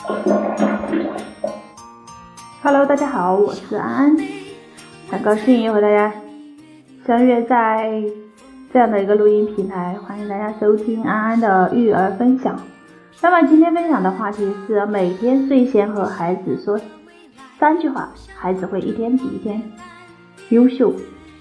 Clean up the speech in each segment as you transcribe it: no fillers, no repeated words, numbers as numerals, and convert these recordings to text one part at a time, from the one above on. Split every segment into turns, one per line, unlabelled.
Hello， 大家好，我是安安，很高兴又和大家相约在这样的一个录音平台，欢迎大家收听安安的育儿分享。那么今天分享的话题是每天睡前和孩子说3句话，孩子会一天比一天优秀。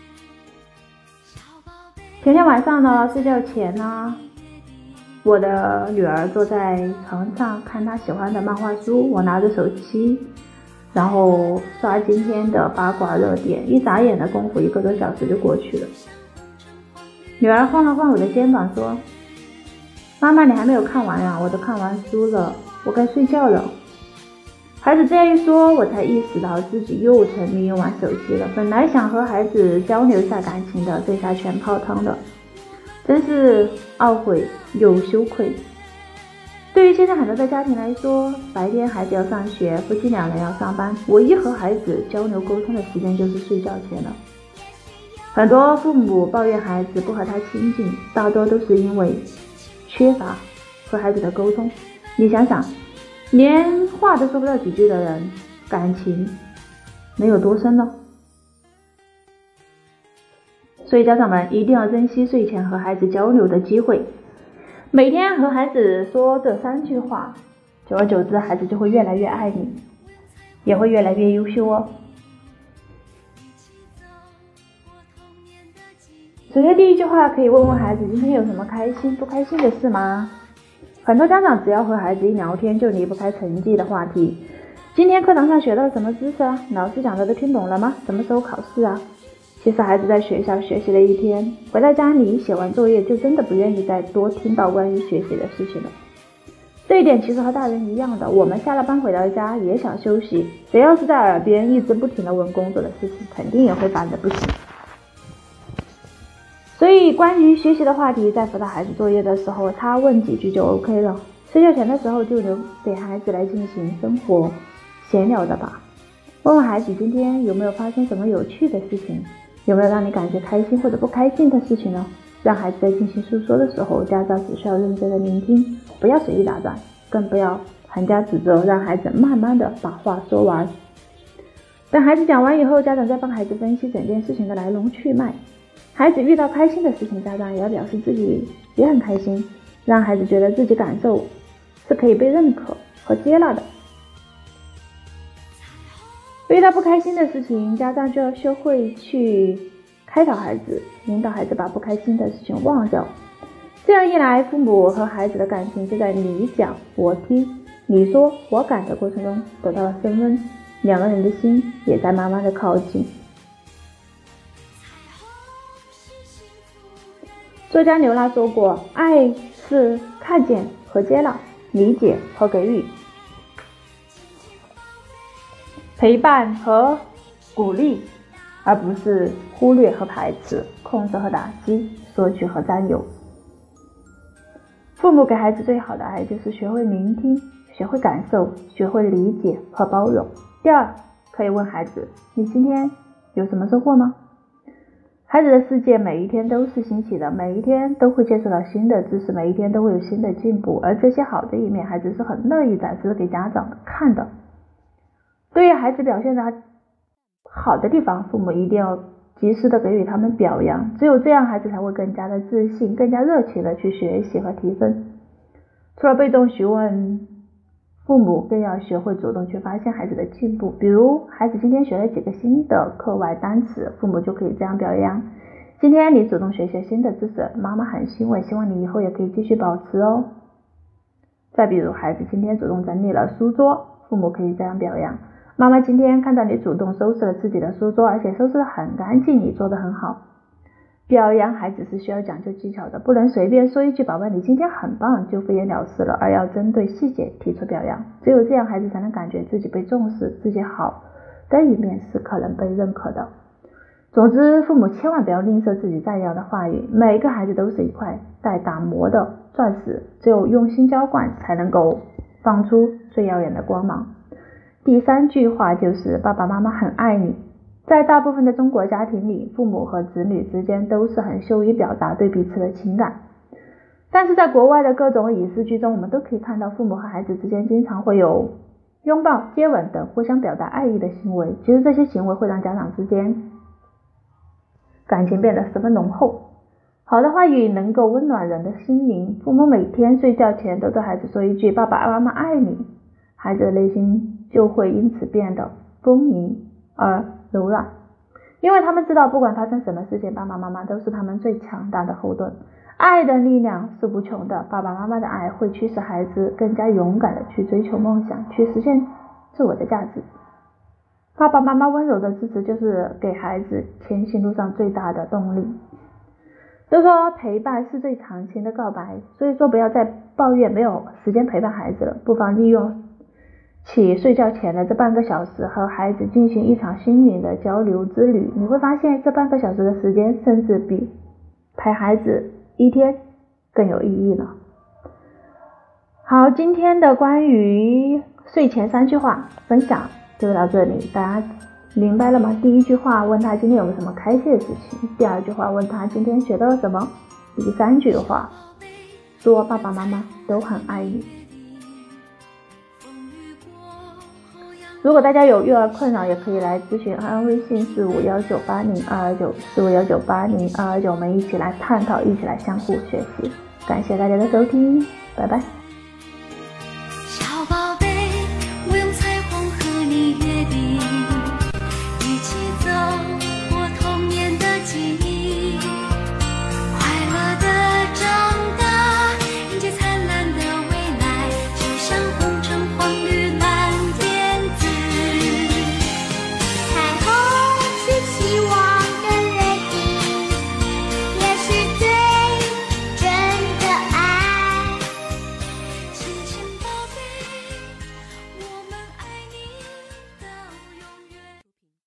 前天晚上呢，睡觉前呢，我的女儿坐在床上看她喜欢的漫画书，我拿着手机然后刷今天的八卦热点，一眨眼的功夫1个多小时就过去了。女儿晃了晃我的肩膀说，妈妈你还没有看完呀，我都看完书了，我该睡觉了。孩子这样一说，我才意识到自己又沉迷用玩手机了。本来想和孩子交流一下感情的，这下全泡汤了，真是懊悔又羞愧。对于现在很多的家庭来说，白天孩子要上学，夫妻2人要上班，唯一和孩子交流沟通的时间就是睡觉前了。很多父母抱怨孩子不和他亲近，大多都是因为缺乏和孩子的沟通。你想想，连话都说不到几句的人，感情能有多深呢？所以家长们一定要珍惜睡前和孩子交流的机会，每天和孩子说这3句话，久而久之孩子就会越来越爱你，也会越来越优秀哦。首先第一句话，可以问问孩子今天有什么开心不开心的事吗？很多家长只要和孩子一聊天就离不开成绩的话题，今天课堂上学到了什么知识啊？老师讲的都听懂了吗？什么时候考试啊？其实孩子在学校学习了一天，回到家里写完作业就真的不愿意再多听到关于学习的事情了。这一点其实和大人一样的，我们下了班回到家也想休息，谁要是在耳边一直不停地问工作的事情，肯定也会烦得不行。所以关于学习的话题，在辅导孩子作业的时候，他问几句就 OK 了。睡觉前的时候就留给孩子来进行生活闲聊的吧。问问孩子今天有没有发生什么有趣的事情，有没有让你感觉开心或者不开心的事情呢？让孩子在进行诉说的时候，家长只需要认真的聆听，不要随意打断，更不要横加指责，让孩子慢慢的把话说完。等孩子讲完以后，家长再帮孩子分析整件事情的来龙去脉。孩子遇到开心的事情，家长也要表示自己也很开心，让孩子觉得自己感受是可以被认可和接纳的。遇到不开心的事情，家长就要学会去开导孩子，引导孩子把不开心的事情忘掉。这样一来，父母和孩子的感情就在你讲我听，你说我感的过程中得到了升温，两个人的心也在慢慢的靠近。作家刘娜说过，爱是看见和接纳，理解和给予，陪伴和鼓励，而不是忽略和排斥，控制和打击，索取和占有。父母给孩子最好的爱就是学会聆听，学会感受，学会理解和包容。第二，可以问孩子，你今天有什么收获吗？孩子的世界每一天都是新奇的，每一天都会接触到新的知识，每一天都会有新的进步，而这些好的一面，孩子是很乐意展示给家长看的。对于孩子表现的好的地方，父母一定要及时的给予他们表扬，只有这样，孩子才会更加的自信，更加热情的去学习和提升。除了被动询问，父母更要学会主动去发现孩子的进步。比如孩子今天学了几个新的课外单词，父母就可以这样表扬，今天你主动学习新的知识，妈妈很欣慰，希望你以后也可以继续保持哦。再比如孩子今天主动整理了书桌，父母可以这样表扬，妈妈今天看到你主动收拾了自己的书桌，而且收拾得很干净，你做得很好。表扬孩子是需要讲究技巧的，不能随便说一句宝贝你今天很棒就敷衍了事了，而要针对细节提出表扬，只有这样孩子才能感觉自己被重视，自己好的一面是可能被认可的。总之，父母千万不要吝啬自己赞扬的话语，每个孩子都是一块待打磨的钻石，只有用心浇灌才能够放出最耀眼的光芒。第3句话就是爸爸妈妈很爱你。在大部分的中国家庭里，父母和子女之间都是很羞于表达对彼此的情感。 但是在国外的各种影视剧中，我们都可以看到父母和孩子之间经常会有拥抱、接吻等互相表达爱意的行为。其实这些行为会让家长之间感情变得十分浓厚。好的话语能够温暖人的心灵，父母每天睡觉前都对孩子说一句爸爸妈妈爱你，孩子的内心就会因此变得丰盈而柔软，因为他们知道不管发生什么事情，爸爸妈妈都是他们最强大的后盾。爱的力量是无穷的，爸爸妈妈的爱会驱使孩子更加勇敢的去追求梦想，去实现自我的价值。爸爸妈妈温柔的支持就是给孩子前行路上最大的动力。所以说陪伴是最长情的告白，所以说不要再抱怨没有时间陪伴孩子了，不妨利用起睡觉前的这半个小时和孩子进行一场心灵的交流之旅，你会发现这半个小时的时间甚至比陪孩子一天更有意义呢。好，今天的关于睡前3句话分享就到这里，大家明白了吗？第1句话问他今天有没有什么开心的事情，第2句话问他今天学到了什么，第3句的话说爸爸妈妈都很爱你。如果大家有育儿困扰，也可以来咨询安安微信451980229451980229，我们一起来探讨，一起来相互学习。感谢大家的收听，拜拜。